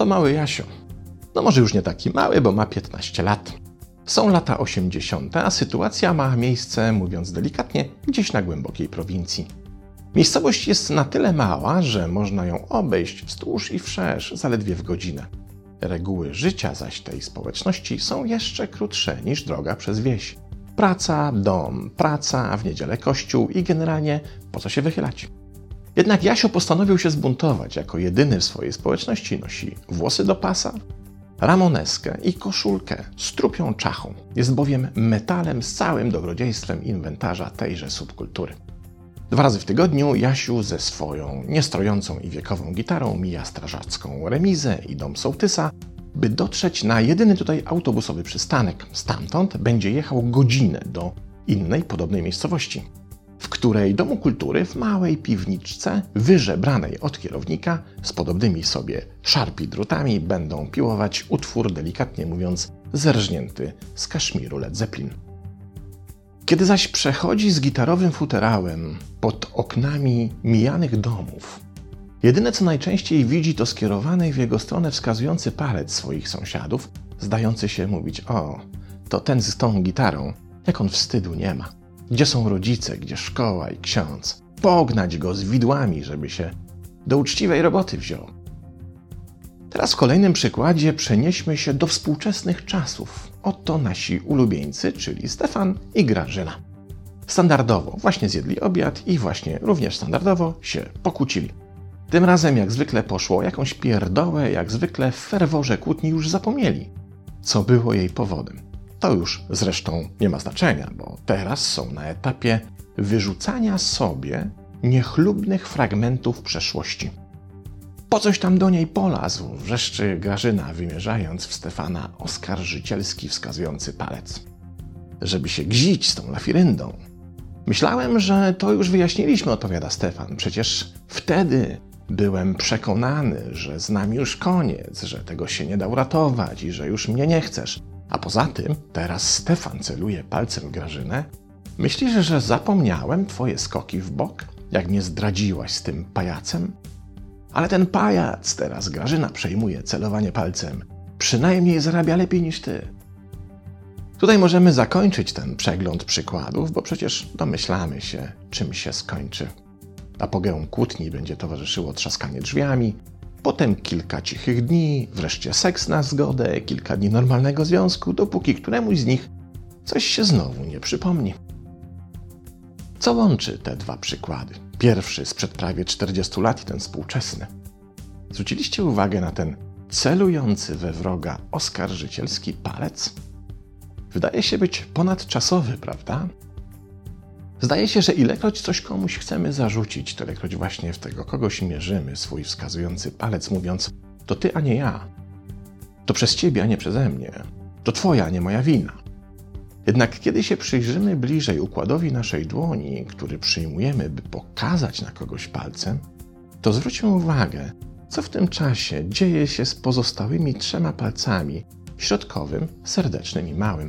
to mały Jasio. No może już nie taki mały, bo ma 15 lat. Są lata 80., a sytuacja ma miejsce, mówiąc delikatnie, gdzieś na głębokiej prowincji. Miejscowość jest na tyle mała, że można ją obejść wzdłuż i wszerz zaledwie w godzinę. Reguły życia zaś tej społeczności są jeszcze krótsze niż droga przez wieś. Praca, dom, praca, a w niedzielę kościół i generalnie po co się wychylać. Jednak Jasio postanowił się zbuntować. Jako jedyny w swojej społeczności nosi włosy do pasa, ramoneskę i koszulkę z trupią czachą. Jest bowiem metalem z całym dobrodziejstwem inwentarza tejże subkultury. 2 razy w tygodniu Jasiu ze swoją niestrojącą i wiekową gitarą mija strażacką remizę i dom sołtysa, by dotrzeć na jedyny tutaj autobusowy przystanek. Stamtąd będzie jechał godzinę do innej podobnej miejscowości, w której domu kultury w małej piwniczce wyżebranej od kierownika z podobnymi sobie szarpi drutami będą piłować utwór, delikatnie mówiąc, zerżnięty z Kaszmiru Led Zeppelin. Kiedy zaś przechodzi z gitarowym futerałem pod oknami mijanych domów, jedyne co najczęściej widzi to skierowany w jego stronę wskazujący palec swoich sąsiadów, zdający się mówić: o, to ten z tą gitarą, jak on wstydu nie ma. Gdzie są rodzice, gdzie szkoła i ksiądz? Pognać go z widłami, żeby się do uczciwej roboty wziął. Teraz w kolejnym przykładzie przenieśmy się do współczesnych czasów. Oto nasi ulubieńcy, czyli Stefan i Grażyna. Standardowo właśnie zjedli obiad i właśnie również standardowo się pokłócili. Tym razem jak zwykle poszło o jakąś pierdołę, jak zwykle w ferworze kłótni już zapomnieli, co było jej powodem. To już zresztą nie ma znaczenia, bo teraz są na etapie wyrzucania sobie niechlubnych fragmentów przeszłości. Po coś tam do niej polazł, wrzeszczy Grażyna, wymierzając w Stefana oskarżycielski wskazujący palec. Żeby się gzić z tą lafiryndą. Myślałem, że to już wyjaśniliśmy, odpowiada Stefan. Przecież wtedy byłem przekonany, że z nami już koniec, że tego się nie da uratować i że już mnie nie chcesz. A poza tym, teraz Stefan celuje palcem w Grażynę. Myślisz, że zapomniałem twoje skoki w bok, jak mnie zdradziłaś z tym pajacem? Ale ten pajac, teraz Grażyna przejmuje celowanie palcem, przynajmniej zarabia lepiej niż ty. Tutaj możemy zakończyć ten przegląd przykładów, bo przecież domyślamy się, czym się skończy. Apogeum kłótni będzie towarzyszyło trzaskanie drzwiami, potem kilka cichych dni, wreszcie seks na zgodę, kilka dni normalnego związku, dopóki któremuś z nich coś się znowu nie przypomni. Co łączy te 2 przykłady? Pierwszy sprzed prawie 40 lat i ten współczesny. Zwróciliście uwagę na ten celujący we wroga oskarżycielski palec? Wydaje się być ponadczasowy, prawda? Zdaje się, że ilekroć coś komuś chcemy zarzucić, to ilekroć właśnie w tego kogoś mierzymy swój wskazujący palec, mówiąc: to ty, a nie ja. To przez ciebie, a nie przeze mnie. To twoja, a nie moja wina. Jednak kiedy się przyjrzymy bliżej układowi naszej dłoni, który przyjmujemy, by pokazać na kogoś palcem, to zwróćmy uwagę, co w tym czasie dzieje się z pozostałymi 3 palcami, środkowym, serdecznym i małym.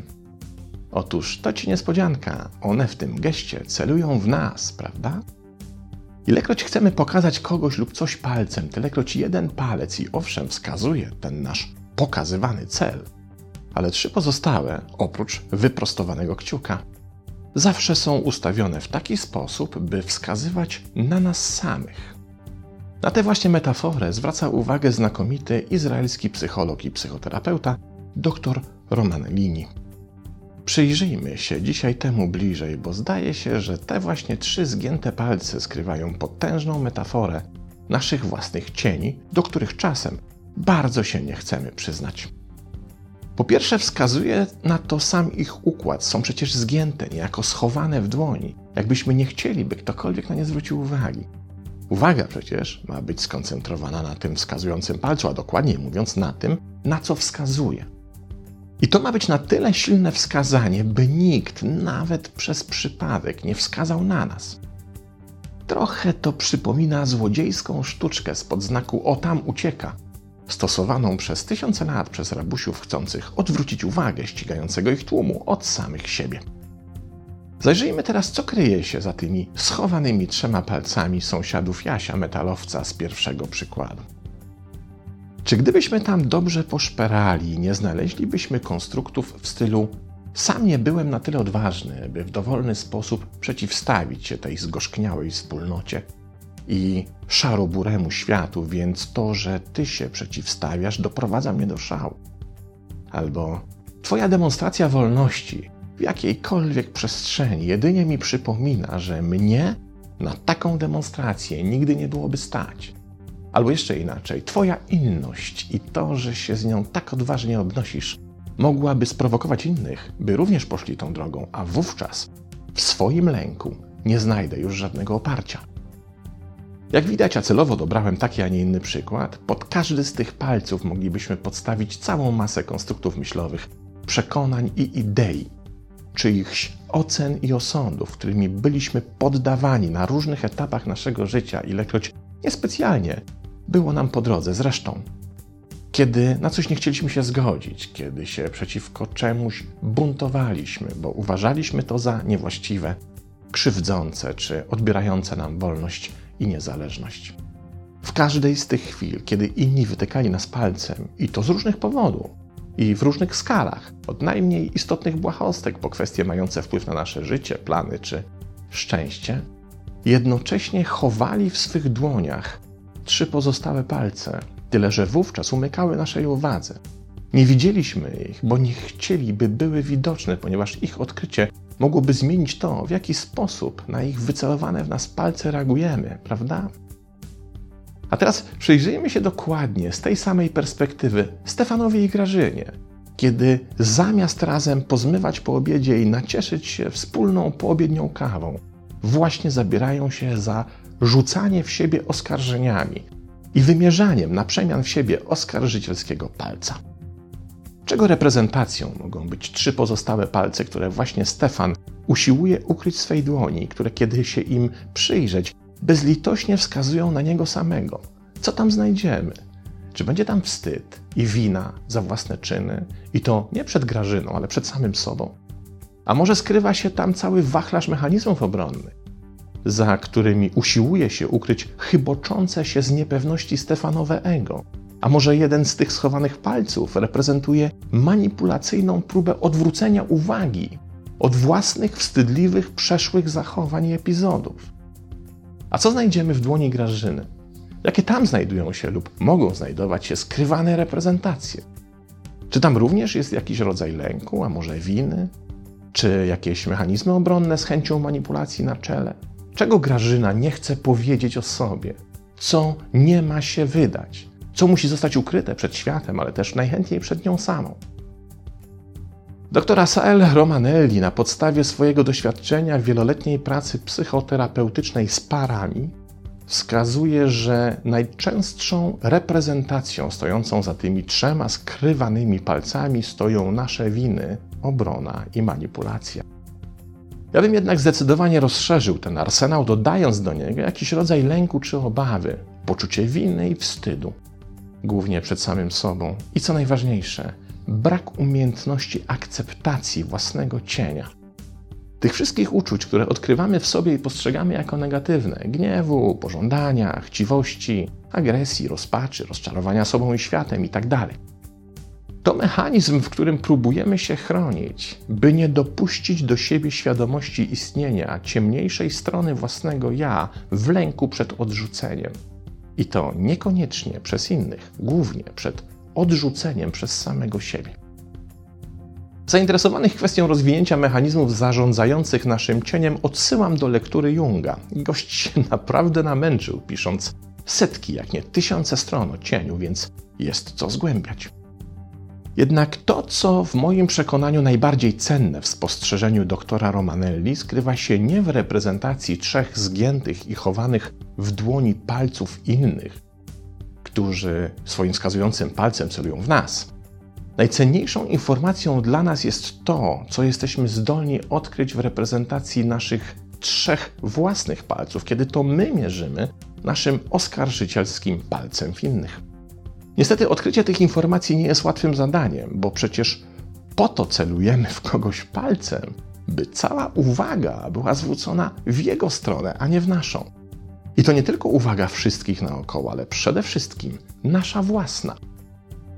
Otóż to ci niespodzianka, one w tym geście celują w nas, prawda? Ilekroć chcemy pokazać kogoś lub coś palcem, tylekroć jeden palec i owszem wskazuje ten nasz pokazywany cel, ale 3 pozostałe, oprócz wyprostowanego kciuka, zawsze są ustawione w taki sposób, by wskazywać na nas samych. Na tę właśnie metaforę zwraca uwagę znakomity izraelski psycholog i psychoterapeuta dr Roman Lini. Przyjrzyjmy się dzisiaj temu bliżej, bo zdaje się, że te właśnie 3 zgięte palce skrywają potężną metaforę naszych własnych cieni, do których czasem bardzo się nie chcemy przyznać. Po pierwsze wskazuje na to sam ich układ, są przecież zgięte, niejako schowane w dłoni, jakbyśmy nie chcieli, by ktokolwiek na nie zwrócił uwagi. Uwaga przecież ma być skoncentrowana na tym wskazującym palcu, a dokładniej mówiąc na tym, na co wskazuje. I to ma być na tyle silne wskazanie, by nikt, nawet przez przypadek, nie wskazał na nas. Trochę to przypomina złodziejską sztuczkę spod znaku „o tam ucieka”, stosowaną przez 1000 lat przez rabusiów chcących odwrócić uwagę ścigającego ich tłumu od samych siebie. Zajrzyjmy teraz, co kryje się za tymi schowanymi 3 palcami sąsiadów Jasia, metalowca z pierwszego przykładu. Czy gdybyśmy tam dobrze poszperali, nie znaleźlibyśmy konstruktów w stylu sam nie byłem na tyle odważny, by w dowolny sposób przeciwstawić się tej zgorzkniałej wspólnocie i szaro-buremu światu, więc to, że ty się przeciwstawiasz, doprowadza mnie do szału. Albo twoja demonstracja wolności w jakiejkolwiek przestrzeni jedynie mi przypomina, że mnie na taką demonstrację nigdy nie byłoby stać. Albo jeszcze inaczej, twoja inność i to, że się z nią tak odważnie obnosisz, mogłaby sprowokować innych, by również poszli tą drogą, a wówczas w swoim lęku nie znajdę już żadnego oparcia. Jak widać, a celowo dobrałem taki, a nie inny przykład, pod każdy z tych palców moglibyśmy podstawić całą masę konstruktów myślowych, przekonań i idei, czyichś ocen i osądów, którymi byliśmy poddawani na różnych etapach naszego życia, ilekroć niespecjalnie było nam po drodze. Zresztą, kiedy na coś nie chcieliśmy się zgodzić, kiedy się przeciwko czemuś buntowaliśmy, bo uważaliśmy to za niewłaściwe, krzywdzące czy odbierające nam wolność i niezależność. W każdej z tych chwil, kiedy inni wytykali nas palcem, i to z różnych powodów, i w różnych skalach, od najmniej istotnych błahostek po kwestie mające wpływ na nasze życie, plany czy szczęście, jednocześnie chowali w swych dłoniach 3 pozostałe palce, tyle że wówczas umykały naszej uwadze. Nie widzieliśmy ich, bo nie chcieli, by były widoczne, ponieważ ich odkrycie mogłoby zmienić to, w jaki sposób na ich wycelowane w nas palce reagujemy, prawda? A teraz przyjrzyjmy się dokładnie z tej samej perspektywy Stefanowi i Grażynie, kiedy zamiast razem pozmywać po obiedzie i nacieszyć się wspólną poobiednią kawą, właśnie zabierają się za rzucanie w siebie oskarżeniami i wymierzaniem na przemian w siebie oskarżycielskiego palca. Czego reprezentacją mogą być 3 pozostałe palce, które właśnie Stefan usiłuje ukryć w swej dłoni, które kiedy się im przyjrzeć, bezlitośnie wskazują na niego samego. Co tam znajdziemy? Czy będzie tam wstyd i wina za własne czyny? I to nie przed Grażyną, ale przed samym sobą? A może skrywa się tam cały wachlarz mechanizmów obronnych, za którymi usiłuje się ukryć chyboczące się z niepewności Stefanowe ego? A może jeden z tych schowanych palców reprezentuje manipulacyjną próbę odwrócenia uwagi od własnych wstydliwych, przeszłych zachowań i epizodów? A co znajdziemy w dłoni Grażyny? Jakie tam znajdują się lub mogą znajdować się skrywane reprezentacje? Czy tam również jest jakiś rodzaj lęku, a może winy? Czy jakieś mechanizmy obronne z chęcią manipulacji na czele? Czego Grażyna nie chce powiedzieć o sobie? Co nie ma się wydać? Co musi zostać ukryte przed światem, ale też najchętniej przed nią samą? Dr Asael Romanelli na podstawie swojego doświadczenia wieloletniej pracy psychoterapeutycznej z parami wskazuje, że najczęstszą reprezentacją stojącą za tymi 3 skrywanymi palcami stoją nasze winy, obrona i manipulacja. Ja bym jednak zdecydowanie rozszerzył ten arsenał, dodając do niego jakiś rodzaj lęku czy obawy, poczucie winy i wstydu, głównie przed samym sobą i co najważniejsze, brak umiejętności akceptacji własnego cienia. Tych wszystkich uczuć, które odkrywamy w sobie i postrzegamy jako negatywne, gniewu, pożądania, chciwości, agresji, rozpaczy, rozczarowania sobą i światem itd. To mechanizm, w którym próbujemy się chronić, by nie dopuścić do siebie świadomości istnienia ciemniejszej strony własnego ja w lęku przed odrzuceniem. I to niekoniecznie przez innych, głównie przed odrzuceniem przez samego siebie. Zainteresowanych kwestią rozwinięcia mechanizmów zarządzających naszym cieniem odsyłam do lektury Junga. Gość się naprawdę namęczył, pisząc setki, jak nie tysiące stron o cieniu, więc jest co zgłębiać. Jednak to, co w moim przekonaniu najbardziej cenne w spostrzeżeniu doktora Romanelli, skrywa się nie w reprezentacji 3 zgiętych i chowanych w dłoni palców innych, którzy swoim wskazującym palcem celują w nas. Najcenniejszą informacją dla nas jest to, co jesteśmy zdolni odkryć w reprezentacji naszych 3 własnych palców, kiedy to my mierzymy naszym oskarżycielskim palcem w innych. Niestety odkrycie tych informacji nie jest łatwym zadaniem, bo przecież po to celujemy w kogoś palcem, by cała uwaga była zwrócona w jego stronę, a nie w naszą. I to nie tylko uwaga wszystkich naokoło, ale przede wszystkim nasza własna.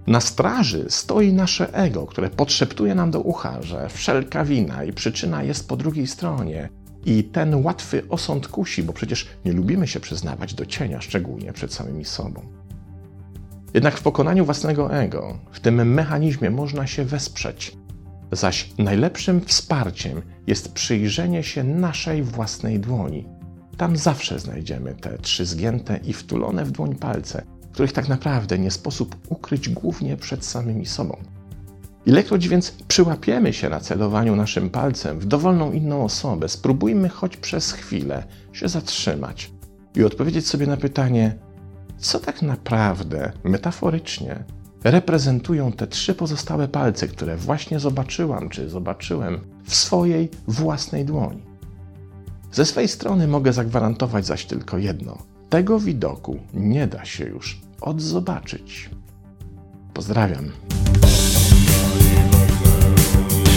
Na straży stoi nasze ego, które podszeptuje nam do ucha, że wszelka wina i przyczyna jest po drugiej stronie i ten łatwy osąd kusi, bo przecież nie lubimy się przyznawać do cienia, szczególnie przed samymi sobą. Jednak w pokonaniu własnego ego, w tym mechanizmie można się wesprzeć, zaś najlepszym wsparciem jest przyjrzenie się naszej własnej dłoni. Tam zawsze znajdziemy te 3 zgięte i wtulone w dłoń palce, których tak naprawdę nie sposób ukryć głównie przed samymi sobą. Ilekroć więc przyłapiemy się na celowaniu naszym palcem w dowolną inną osobę, spróbujmy choć przez chwilę się zatrzymać i odpowiedzieć sobie na pytanie, co tak naprawdę, metaforycznie, reprezentują te 3 pozostałe palce, które właśnie zobaczyłam czy zobaczyłem w swojej własnej dłoni. Ze swej strony mogę zagwarantować zaś tylko jedno. Tego widoku nie da się już odzobaczyć. Pozdrawiam.